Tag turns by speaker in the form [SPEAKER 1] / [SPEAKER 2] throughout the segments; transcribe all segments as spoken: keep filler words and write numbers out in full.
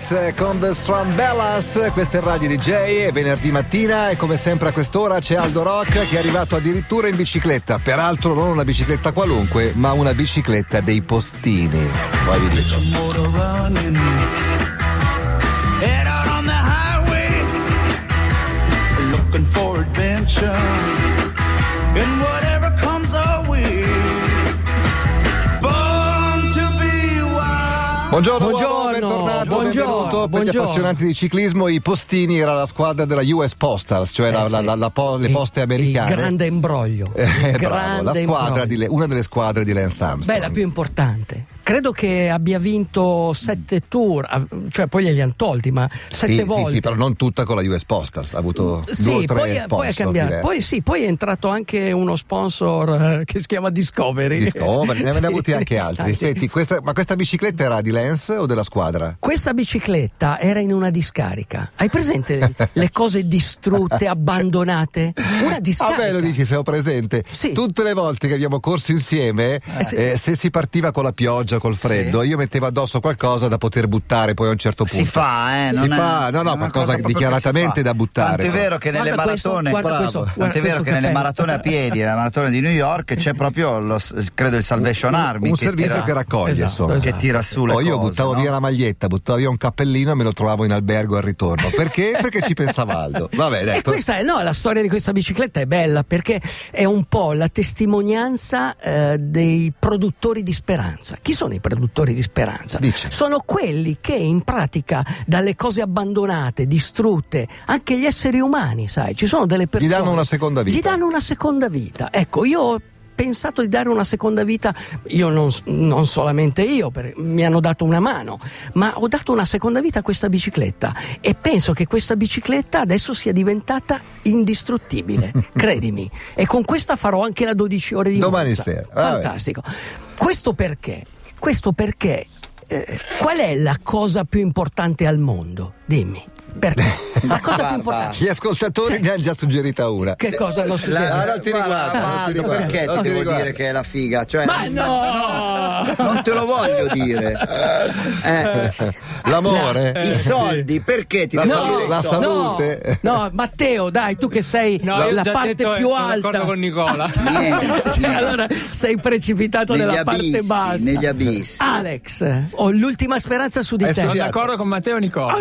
[SPEAKER 1] Smith con The Strambellas, questa è Radio D J, è venerdì mattina e come sempre a quest'ora c'è Aldo Rock che è arrivato addirittura in bicicletta, peraltro non una bicicletta qualunque ma una bicicletta dei postini. Poi vi dico.
[SPEAKER 2] Head out on the highway, looking for adventure, and whatever comes our way.
[SPEAKER 1] Buongiorno,
[SPEAKER 3] buongiorno,
[SPEAKER 1] uomo, bentornato,
[SPEAKER 3] buongiorno,
[SPEAKER 1] benvenuto. Per
[SPEAKER 3] buongiorno.
[SPEAKER 1] gli appassionati di ciclismo, i postini era la squadra della U S Postals, cioè
[SPEAKER 3] eh
[SPEAKER 1] la,
[SPEAKER 3] sì.
[SPEAKER 1] la, la, la po- le poste
[SPEAKER 3] il,
[SPEAKER 1] americane.
[SPEAKER 3] Il grande imbroglio.
[SPEAKER 1] Eh,
[SPEAKER 3] il
[SPEAKER 1] bravo,
[SPEAKER 3] grande
[SPEAKER 1] la squadra
[SPEAKER 3] imbroglio.
[SPEAKER 1] di, una delle squadre di Lance Armstrong.
[SPEAKER 3] Beh, la più importante. Credo che abbia vinto sette tour, cioè poi glieli hanno tolti, ma sette
[SPEAKER 1] sì,
[SPEAKER 3] volte.
[SPEAKER 1] Sì, sì, però non tutta con la U S Postals, ha avuto
[SPEAKER 3] sì,
[SPEAKER 1] due o tre
[SPEAKER 3] poi,
[SPEAKER 1] sponsor
[SPEAKER 3] poi, è cambiato.
[SPEAKER 1] diversi.
[SPEAKER 3] Poi sì, poi è entrato anche uno sponsor eh, che si chiama Discovery.
[SPEAKER 1] Discovery, ne aveva
[SPEAKER 3] Sì.
[SPEAKER 1] avuti anche altri.
[SPEAKER 3] Ah,
[SPEAKER 1] Senti,
[SPEAKER 3] sì.
[SPEAKER 1] questa, ma questa bicicletta era di Lance o della squadra?
[SPEAKER 3] Questa bicicletta era in una discarica. Hai presente le cose distrutte, abbandonate? Una discarica.
[SPEAKER 1] Ah beh, lo dici, se ho presente.
[SPEAKER 3] Sì.
[SPEAKER 1] Tutte le volte che abbiamo corso insieme,
[SPEAKER 3] Eh sì.
[SPEAKER 1] eh, se si partiva con la pioggia, col freddo,
[SPEAKER 4] Sì.
[SPEAKER 1] io mettevo addosso qualcosa da poter buttare poi a un certo punto.
[SPEAKER 4] Si fa, eh?
[SPEAKER 1] Si
[SPEAKER 4] non è-
[SPEAKER 1] fa, no, no,
[SPEAKER 4] è una
[SPEAKER 1] qualcosa
[SPEAKER 4] cosa proprio
[SPEAKER 1] dichiaratamente
[SPEAKER 4] che si fa.
[SPEAKER 1] da buttare.
[SPEAKER 4] Tant'è vero che nelle
[SPEAKER 3] Guarda questo,
[SPEAKER 4] maratone,
[SPEAKER 3] guarda
[SPEAKER 1] bravo.
[SPEAKER 3] questo, guarda
[SPEAKER 4] tant'è vero
[SPEAKER 3] questo
[SPEAKER 4] che nelle
[SPEAKER 3] bello.
[SPEAKER 4] maratone a piedi, la maratona di New York c'è proprio lo, credo il Salvation Army
[SPEAKER 1] un
[SPEAKER 4] che
[SPEAKER 1] servizio
[SPEAKER 4] tira,
[SPEAKER 1] che raccoglie,
[SPEAKER 3] Esatto,
[SPEAKER 1] insomma.
[SPEAKER 3] esatto.
[SPEAKER 4] che tira su le
[SPEAKER 1] Oh, io
[SPEAKER 4] cose,
[SPEAKER 1] buttavo
[SPEAKER 4] no?
[SPEAKER 1] via la maglietta, buttavo via un cappellino e me lo trovavo in albergo al ritorno. Perché? Perché ci pensava Aldo. Vabbè,
[SPEAKER 3] E
[SPEAKER 1] detto.
[SPEAKER 3] questa è, no, la storia di questa bicicletta è bella perché è un po' la testimonianza eh, dei produttori di speranza. Chi sono i produttori di speranza?
[SPEAKER 1] Dice.
[SPEAKER 3] Sono quelli che in pratica dalle cose abbandonate, distrutte, anche gli esseri umani, sai, ci sono delle persone.
[SPEAKER 1] Gli danno una seconda vita.
[SPEAKER 3] Gli danno una seconda vita. Ecco, io ho pensato di dare una seconda vita, io non, non solamente io, perché mi hanno dato una mano, ma ho dato una seconda vita a questa bicicletta e penso che questa bicicletta adesso sia diventata indistruttibile, credimi, e con questa farò anche la dodici ore di
[SPEAKER 1] Domani
[SPEAKER 3] Monza.
[SPEAKER 1] sera, vabbè.
[SPEAKER 3] Fantastico. Questo perché? Questo perché eh, qual è la cosa più importante al mondo? Dimmi. Perché? La cosa più
[SPEAKER 4] Guarda.
[SPEAKER 3] importante.
[SPEAKER 1] Gli ascoltatori ne hanno già suggerita una.
[SPEAKER 3] Che cosa hanno
[SPEAKER 4] La,
[SPEAKER 3] suggerito?
[SPEAKER 1] Ah, non ti
[SPEAKER 4] guarda,
[SPEAKER 1] riguarda, non ti
[SPEAKER 4] Aldo,
[SPEAKER 1] riguarda,
[SPEAKER 4] perché
[SPEAKER 1] non
[SPEAKER 4] ti
[SPEAKER 1] ti
[SPEAKER 4] devo
[SPEAKER 1] riguarda.
[SPEAKER 4] dire che è la figa? Cioè,
[SPEAKER 3] Ma no!
[SPEAKER 4] non te lo voglio dire. Eh,
[SPEAKER 1] L'amore,
[SPEAKER 4] I soldi, perché ti
[SPEAKER 1] La
[SPEAKER 4] devo
[SPEAKER 1] salu-
[SPEAKER 4] dire i
[SPEAKER 1] la
[SPEAKER 4] soldi?
[SPEAKER 1] salute.
[SPEAKER 3] No, no, Matteo, dai, tu che sei
[SPEAKER 5] No,
[SPEAKER 3] la,
[SPEAKER 5] io ho
[SPEAKER 3] la
[SPEAKER 5] già
[SPEAKER 3] parte
[SPEAKER 5] detto,
[SPEAKER 3] più
[SPEAKER 5] sono
[SPEAKER 3] alta.
[SPEAKER 5] d'accordo con Nicola.
[SPEAKER 4] Niente,
[SPEAKER 3] Sì, allora sei precipitato
[SPEAKER 4] negli
[SPEAKER 3] nella
[SPEAKER 4] abissi,
[SPEAKER 3] parte bassa.
[SPEAKER 4] negli abissi.
[SPEAKER 3] Alex, ho l'ultima speranza su di
[SPEAKER 1] Hai
[SPEAKER 3] te.
[SPEAKER 5] Sono
[SPEAKER 1] studiato.
[SPEAKER 5] d'accordo con Matteo e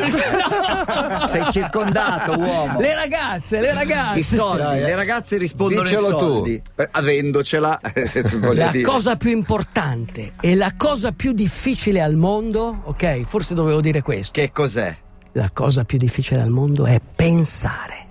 [SPEAKER 5] Nicola.
[SPEAKER 4] Sei circondato, uomo.
[SPEAKER 3] Le ragazze, le ragazze.
[SPEAKER 4] I soldi,
[SPEAKER 1] Dai, eh.
[SPEAKER 4] le ragazze rispondono
[SPEAKER 1] Dicelo
[SPEAKER 4] i
[SPEAKER 1] tu.
[SPEAKER 4] soldi. Eh, Avendocela, voglio
[SPEAKER 3] La
[SPEAKER 4] dire.
[SPEAKER 3] cosa più importante e la cosa più difficile al mondo, ok, forse dovevo dire questo.
[SPEAKER 4] Che cos'è?
[SPEAKER 3] La cosa più difficile al mondo è pensare.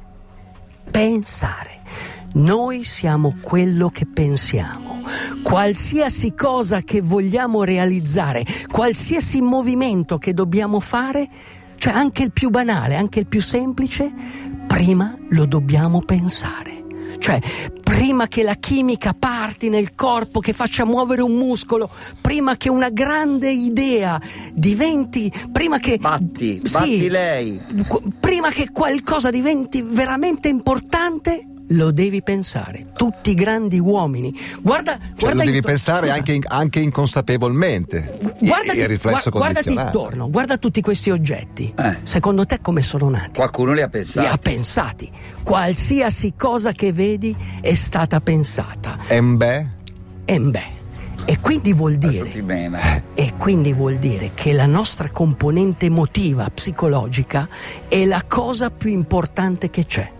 [SPEAKER 3] Pensare. Noi siamo quello che pensiamo. Qualsiasi cosa che vogliamo realizzare, qualsiasi movimento che dobbiamo fare, cioè anche il più banale, anche il più semplice, prima lo dobbiamo pensare. Cioè, prima che la chimica parti nel corpo, che faccia muovere un muscolo, prima che una grande idea diventi, prima che...
[SPEAKER 4] Batti,
[SPEAKER 3] Sì,
[SPEAKER 4] batti lei.
[SPEAKER 3] qu- prima che qualcosa diventi veramente importante, lo devi pensare. Tutti i grandi uomini. Guarda,
[SPEAKER 1] Cioè,
[SPEAKER 3] guarda
[SPEAKER 1] lo devi
[SPEAKER 3] intorno-
[SPEAKER 1] pensare
[SPEAKER 3] scusa,
[SPEAKER 1] anche, in- anche inconsapevolmente.
[SPEAKER 3] guardati,
[SPEAKER 1] il riflesso
[SPEAKER 3] gua- guardati
[SPEAKER 1] condizionato.
[SPEAKER 3] intorno, guarda tutti questi oggetti.
[SPEAKER 4] Eh.
[SPEAKER 3] Secondo te come sono nati?
[SPEAKER 4] Qualcuno li ha
[SPEAKER 3] Li
[SPEAKER 4] pensati.
[SPEAKER 3] ha pensati. Qualsiasi cosa che vedi è stata pensata.
[SPEAKER 1] Embè?
[SPEAKER 3] E beh, e quindi vuol
[SPEAKER 4] Adesso
[SPEAKER 3] dire
[SPEAKER 4] ti mena.
[SPEAKER 3] E quindi vuol dire che la nostra componente emotiva, psicologica, è la cosa più importante che c'è.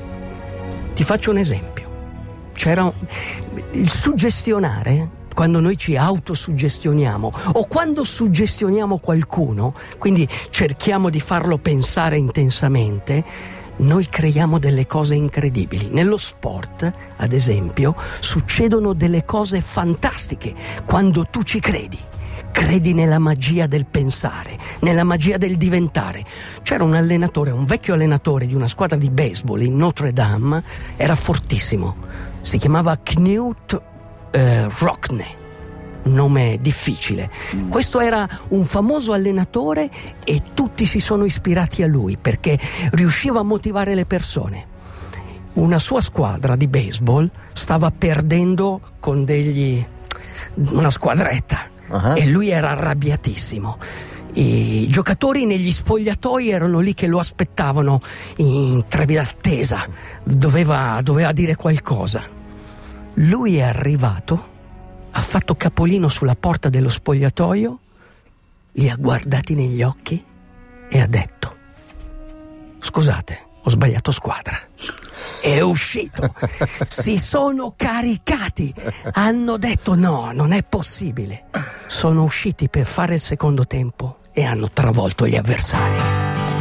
[SPEAKER 3] Ti faccio un esempio. C'era un- il suggestionare, quando noi ci autosuggestioniamo o quando suggestioniamo qualcuno, quindi cerchiamo di farlo pensare intensamente, noi creiamo delle cose incredibili. Nello sport, ad esempio, succedono delle cose fantastiche quando tu ci credi. Credi nella magia del pensare, nella magia del diventare. C'era un allenatore, un vecchio allenatore di una squadra di baseball in Notre Dame, era fortissimo. Si chiamava Knut eh, Rockne, un nome difficile. Questo era un famoso allenatore e tutti si sono ispirati a lui perché riusciva a motivare le persone. Una sua squadra di baseball stava perdendo con degli una squadretta.
[SPEAKER 1] Uh-huh.
[SPEAKER 3] E lui era arrabbiatissimo. I giocatori negli spogliatoi erano lì che lo aspettavano in trepida attesa, doveva, doveva dire qualcosa. Lui è arrivato, ha fatto capolino sulla porta dello spogliatoio, li ha guardati negli occhi e ha detto: scusate, ho sbagliato squadra. È uscito, si sono caricati, hanno detto no, non è possibile. Sono usciti per fare il secondo tempo e hanno travolto gli avversari.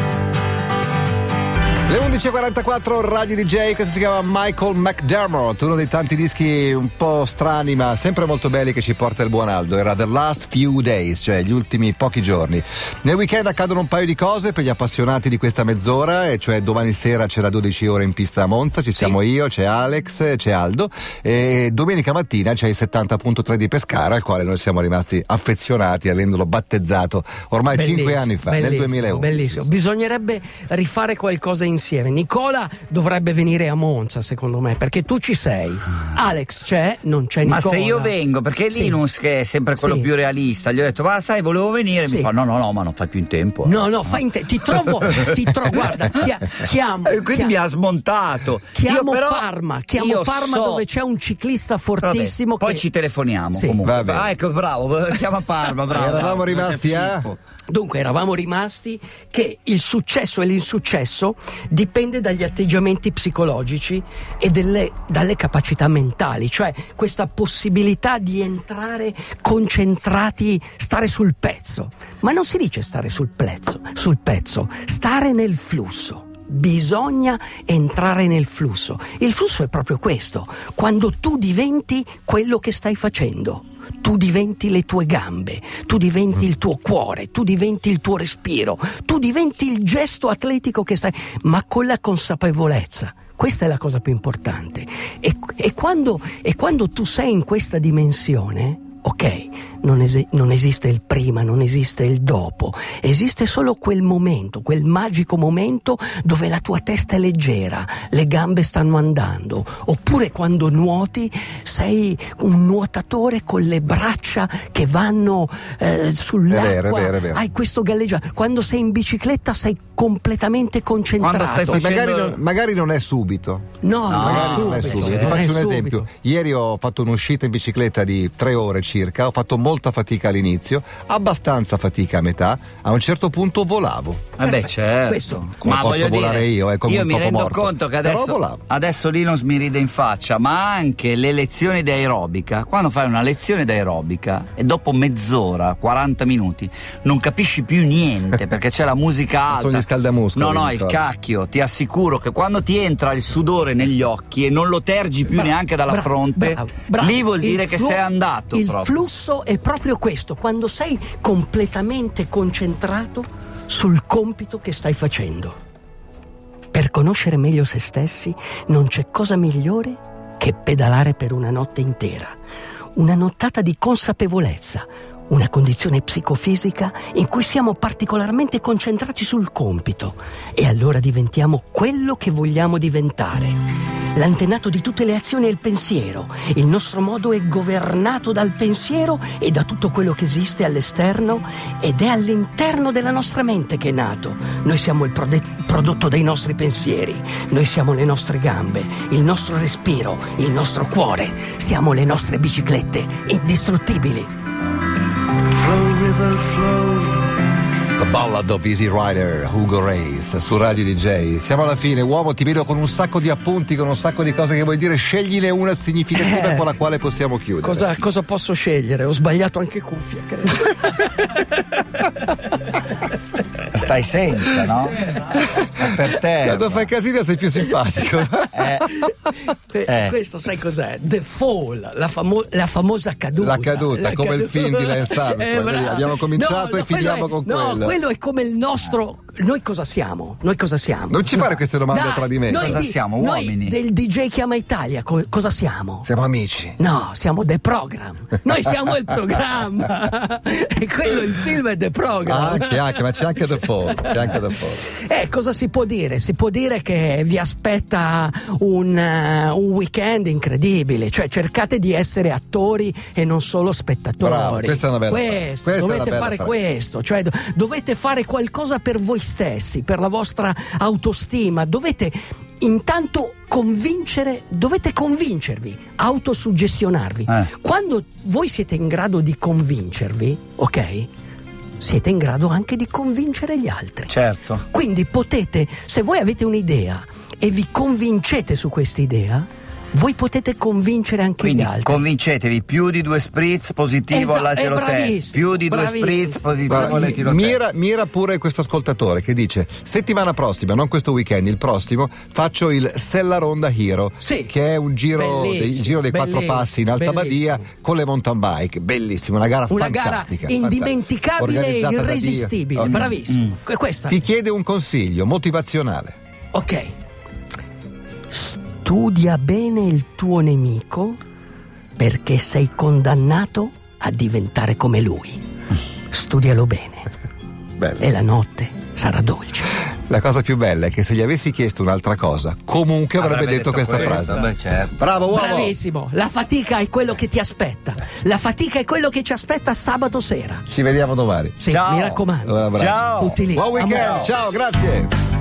[SPEAKER 1] Le undici e quarantaquattro, Radio D J, questo si chiama Michael McDermott, uno dei tanti dischi un po' strani ma sempre molto belli che ci porta il buon Aldo. Era The Last Few Days, cioè gli ultimi pochi giorni. Nel weekend accadono un paio di cose per gli appassionati di questa mezz'ora, e cioè domani sera c'è la dodici ore in pista a Monza, ci siamo sì. io, c'è Alex, c'è Aldo, e domenica mattina c'è il settanta punto tre di Pescara, al quale noi siamo rimasti affezionati avendolo battezzato ormai cinque anni fa, nel duemilauno.
[SPEAKER 3] Bellissimo, bisognerebbe rifare qualcosa insieme. Nicola dovrebbe venire a Monza, secondo me, perché tu ci sei. Alex c'è, non c'è Nicola.
[SPEAKER 4] Ma se io vengo, perché sì. Linus, che è sempre quello sì. più realista, gli ho detto: ma sai, volevo venire, sì. mi fa no no no, ma non fai più in tempo.
[SPEAKER 3] No, no, fai in tempo. Ti trovo, ti trovo, guarda, chia- chiamo.
[SPEAKER 4] E quindi chiamo, mi ha smontato.
[SPEAKER 3] Chiamo
[SPEAKER 4] io però,
[SPEAKER 3] Parma, chiamo Parma so. dove c'è un ciclista fortissimo.
[SPEAKER 4] Vabbè,
[SPEAKER 3] che...
[SPEAKER 4] Poi ci telefoniamo sì. comunque. Ah, ecco, bravo, chiama Parma, bravo.
[SPEAKER 1] Eravamo rimasti a...
[SPEAKER 3] Dunque eravamo rimasti che il successo e l'insuccesso dipende dagli atteggiamenti psicologici e delle, dalle capacità mentali, cioè questa possibilità di entrare concentrati, stare sul pezzo. Ma non si dice stare sul pezzo, sul pezzo, stare nel flusso. Bisogna entrare nel flusso. Il flusso è proprio questo, quando tu diventi quello che stai facendo. Tu diventi le tue gambe, tu diventi il tuo cuore, tu diventi il tuo respiro, tu diventi il gesto atletico che stai, ma con la consapevolezza. Questa è la cosa più importante. E, e, quando, e quando tu sei in questa dimensione, ok, non, es- non esiste il prima, non esiste il dopo, esiste solo quel momento, quel magico momento dove la tua testa è leggera, le gambe stanno andando, oppure quando nuoti sei un nuotatore con le braccia che vanno eh, sull'acqua,
[SPEAKER 1] è vero, è vero, è vero.
[SPEAKER 3] Hai questo galleggiare, quando sei in bicicletta sei completamente concentrato.
[SPEAKER 4] Quando stai facendo...
[SPEAKER 1] magari, non, magari non è subito.
[SPEAKER 3] No,
[SPEAKER 1] no
[SPEAKER 3] non è subito.
[SPEAKER 1] Non è subito.
[SPEAKER 3] Non
[SPEAKER 1] Ti faccio
[SPEAKER 3] è
[SPEAKER 1] un
[SPEAKER 3] subito.
[SPEAKER 1] esempio. Ieri ho fatto un'uscita in bicicletta di tre ore circa, ho fatto molta fatica all'inizio, abbastanza fatica a metà, a un certo punto volavo.
[SPEAKER 4] Eh beh, certo.
[SPEAKER 3] Questo.
[SPEAKER 1] Come
[SPEAKER 4] ma
[SPEAKER 1] posso volare
[SPEAKER 4] dire,
[SPEAKER 1] io, è come
[SPEAKER 4] io
[SPEAKER 1] un
[SPEAKER 4] mi
[SPEAKER 1] topo
[SPEAKER 4] rendo
[SPEAKER 1] morto.
[SPEAKER 4] conto che adesso, adesso Linus mi ride in faccia, ma anche le lezioni di aerobica, quando fai una lezione di aerobica e dopo mezz'ora, quaranta minuti, non capisci più niente perché c'è la musica alta.
[SPEAKER 1] Sono gli scaldamuscoli.
[SPEAKER 4] No, no, il cacchio, ti assicuro che quando ti entra il sudore negli occhi e non lo tergi più
[SPEAKER 3] bravo,
[SPEAKER 4] neanche dalla
[SPEAKER 3] bravo,
[SPEAKER 4] fronte,
[SPEAKER 3] bravo, bravo.
[SPEAKER 4] lì vuol dire
[SPEAKER 3] Il
[SPEAKER 4] che
[SPEAKER 3] flu-
[SPEAKER 4] sei andato.
[SPEAKER 3] Il
[SPEAKER 4] proprio.
[SPEAKER 3] flusso è proprio questo, quando sei completamente concentrato sul compito che stai facendo. Per conoscere meglio se stessi non c'è cosa migliore che pedalare per una notte intera, una nottata di consapevolezza, una condizione psicofisica in cui siamo particolarmente concentrati sul compito e allora diventiamo quello che vogliamo diventare. L'antenato di tutte le azioni è il pensiero. Il nostro modo è governato dal pensiero e da tutto quello che esiste all'esterno, ed è all'interno della nostra mente che è nato. Noi siamo il prode- prodotto dei nostri pensieri, noi siamo le nostre gambe, il nostro respiro, il nostro cuore, siamo le nostre biciclette indistruttibili.
[SPEAKER 2] Flow, river, flow.
[SPEAKER 1] The Ballad of Easy Rider, Hugo Reis, su Radio D J. Siamo alla fine, uomo, ti vedo con un sacco di appunti, con un sacco di cose che vuoi dire, scegliene una significativa
[SPEAKER 3] Eh,
[SPEAKER 1] con la quale possiamo chiudere.
[SPEAKER 3] Cosa, cosa posso scegliere? Ho sbagliato anche cuffia, credo.
[SPEAKER 4] Stai senza, no? È per te.
[SPEAKER 1] Quando fai casino sei più simpatico.
[SPEAKER 4] Eh.
[SPEAKER 3] Eh,
[SPEAKER 4] Eh.
[SPEAKER 3] Questo sai cos'è? The Fall, la, famo- la famosa caduta.
[SPEAKER 1] La caduta,
[SPEAKER 3] La
[SPEAKER 1] come il film di Lance Armstrong.
[SPEAKER 3] bravo.
[SPEAKER 1] Abbiamo cominciato e
[SPEAKER 3] quello
[SPEAKER 1] finiamo
[SPEAKER 3] è-
[SPEAKER 1] con
[SPEAKER 3] no,
[SPEAKER 1] quello.
[SPEAKER 3] quello è come il nostro. Noi cosa siamo? Noi cosa siamo?
[SPEAKER 1] Non ci fare queste domande a tradimento.
[SPEAKER 3] Noi
[SPEAKER 4] Cosa
[SPEAKER 3] di-
[SPEAKER 4] siamo?
[SPEAKER 3] noi
[SPEAKER 4] Uomini?
[SPEAKER 3] del D J Chiama Italia, co- cosa siamo?
[SPEAKER 1] Siamo amici.
[SPEAKER 3] No, siamo The Program. Noi siamo il programma. E quello, il film è The Program.
[SPEAKER 1] Anche, anche, ma c'è anche The Fall. C'è anche The Fall.
[SPEAKER 3] Eh, cosa si può dire? Si può dire che vi aspetta un, uh, un weekend incredibile, cioè cercate di essere attori e non solo spettatori.
[SPEAKER 1] Bravo, questa è una bella
[SPEAKER 3] questo,
[SPEAKER 1] frase.
[SPEAKER 3] dovete
[SPEAKER 1] Questa è una
[SPEAKER 3] fare
[SPEAKER 1] bella frase.
[SPEAKER 3] questo, cioè do- dovete fare qualcosa per voi stessi, per la vostra autostima, dovete intanto convincere, dovete convincervi, autosuggestionarvi.
[SPEAKER 4] Eh.
[SPEAKER 3] Quando voi siete in grado di convincervi, ok? Siete in grado anche di convincere gli altri.
[SPEAKER 4] Certo.
[SPEAKER 3] Quindi potete, se voi avete un'idea e vi convincete su quest'idea, voi potete convincere anche
[SPEAKER 4] Quindi
[SPEAKER 3] gli altri.
[SPEAKER 4] convincetevi, più di due spritz positivo
[SPEAKER 3] Esatto,
[SPEAKER 4] all'etilotest,
[SPEAKER 3] è bravissimo,
[SPEAKER 4] più di due
[SPEAKER 3] bravissimo.
[SPEAKER 4] spritz positivo
[SPEAKER 1] Guarda, mi-
[SPEAKER 4] all'etilotest.
[SPEAKER 1] mira, mira pure questo ascoltatore che dice: settimana prossima, non questo weekend, il prossimo, faccio il Sella Ronda Hero,
[SPEAKER 3] Sì.
[SPEAKER 1] che è un giro dei,
[SPEAKER 3] Bellissimo,
[SPEAKER 1] giro dei quattro
[SPEAKER 3] bellissimo,
[SPEAKER 1] passi in Alta
[SPEAKER 3] bellissimo.
[SPEAKER 1] Badia con le mountain bike. Bellissimo, una gara
[SPEAKER 3] Una
[SPEAKER 1] fantastica.
[SPEAKER 3] gara indimenticabile e
[SPEAKER 1] Organizzata da Dio.
[SPEAKER 3] irresistibile,
[SPEAKER 1] Ok.
[SPEAKER 3] bravissimo. Que- Questa.
[SPEAKER 1] Ti chiede un consiglio motivazionale.
[SPEAKER 3] Ok. Studia bene il tuo nemico perché sei condannato a diventare come lui. Studialo bene
[SPEAKER 1] Bello.
[SPEAKER 3] e la notte sarà dolce.
[SPEAKER 1] La cosa più bella è che se gli avessi chiesto un'altra cosa, comunque avrebbe,
[SPEAKER 4] Avrebbe
[SPEAKER 1] detto,
[SPEAKER 4] detto
[SPEAKER 1] questa
[SPEAKER 4] questo.
[SPEAKER 1] frase.
[SPEAKER 4] Beh, certo.
[SPEAKER 1] Bravo uomo.
[SPEAKER 3] Bravissimo. La fatica è quello che ti aspetta. La fatica è quello che ci aspetta sabato sera.
[SPEAKER 1] Ci vediamo domani.
[SPEAKER 3] Sì,
[SPEAKER 4] Ciao.
[SPEAKER 3] mi raccomando.
[SPEAKER 1] Un abbraccio.
[SPEAKER 4] Ciao.
[SPEAKER 3] Tutti lì.
[SPEAKER 1] Buon weekend,
[SPEAKER 3] Amore.
[SPEAKER 1] ciao, grazie.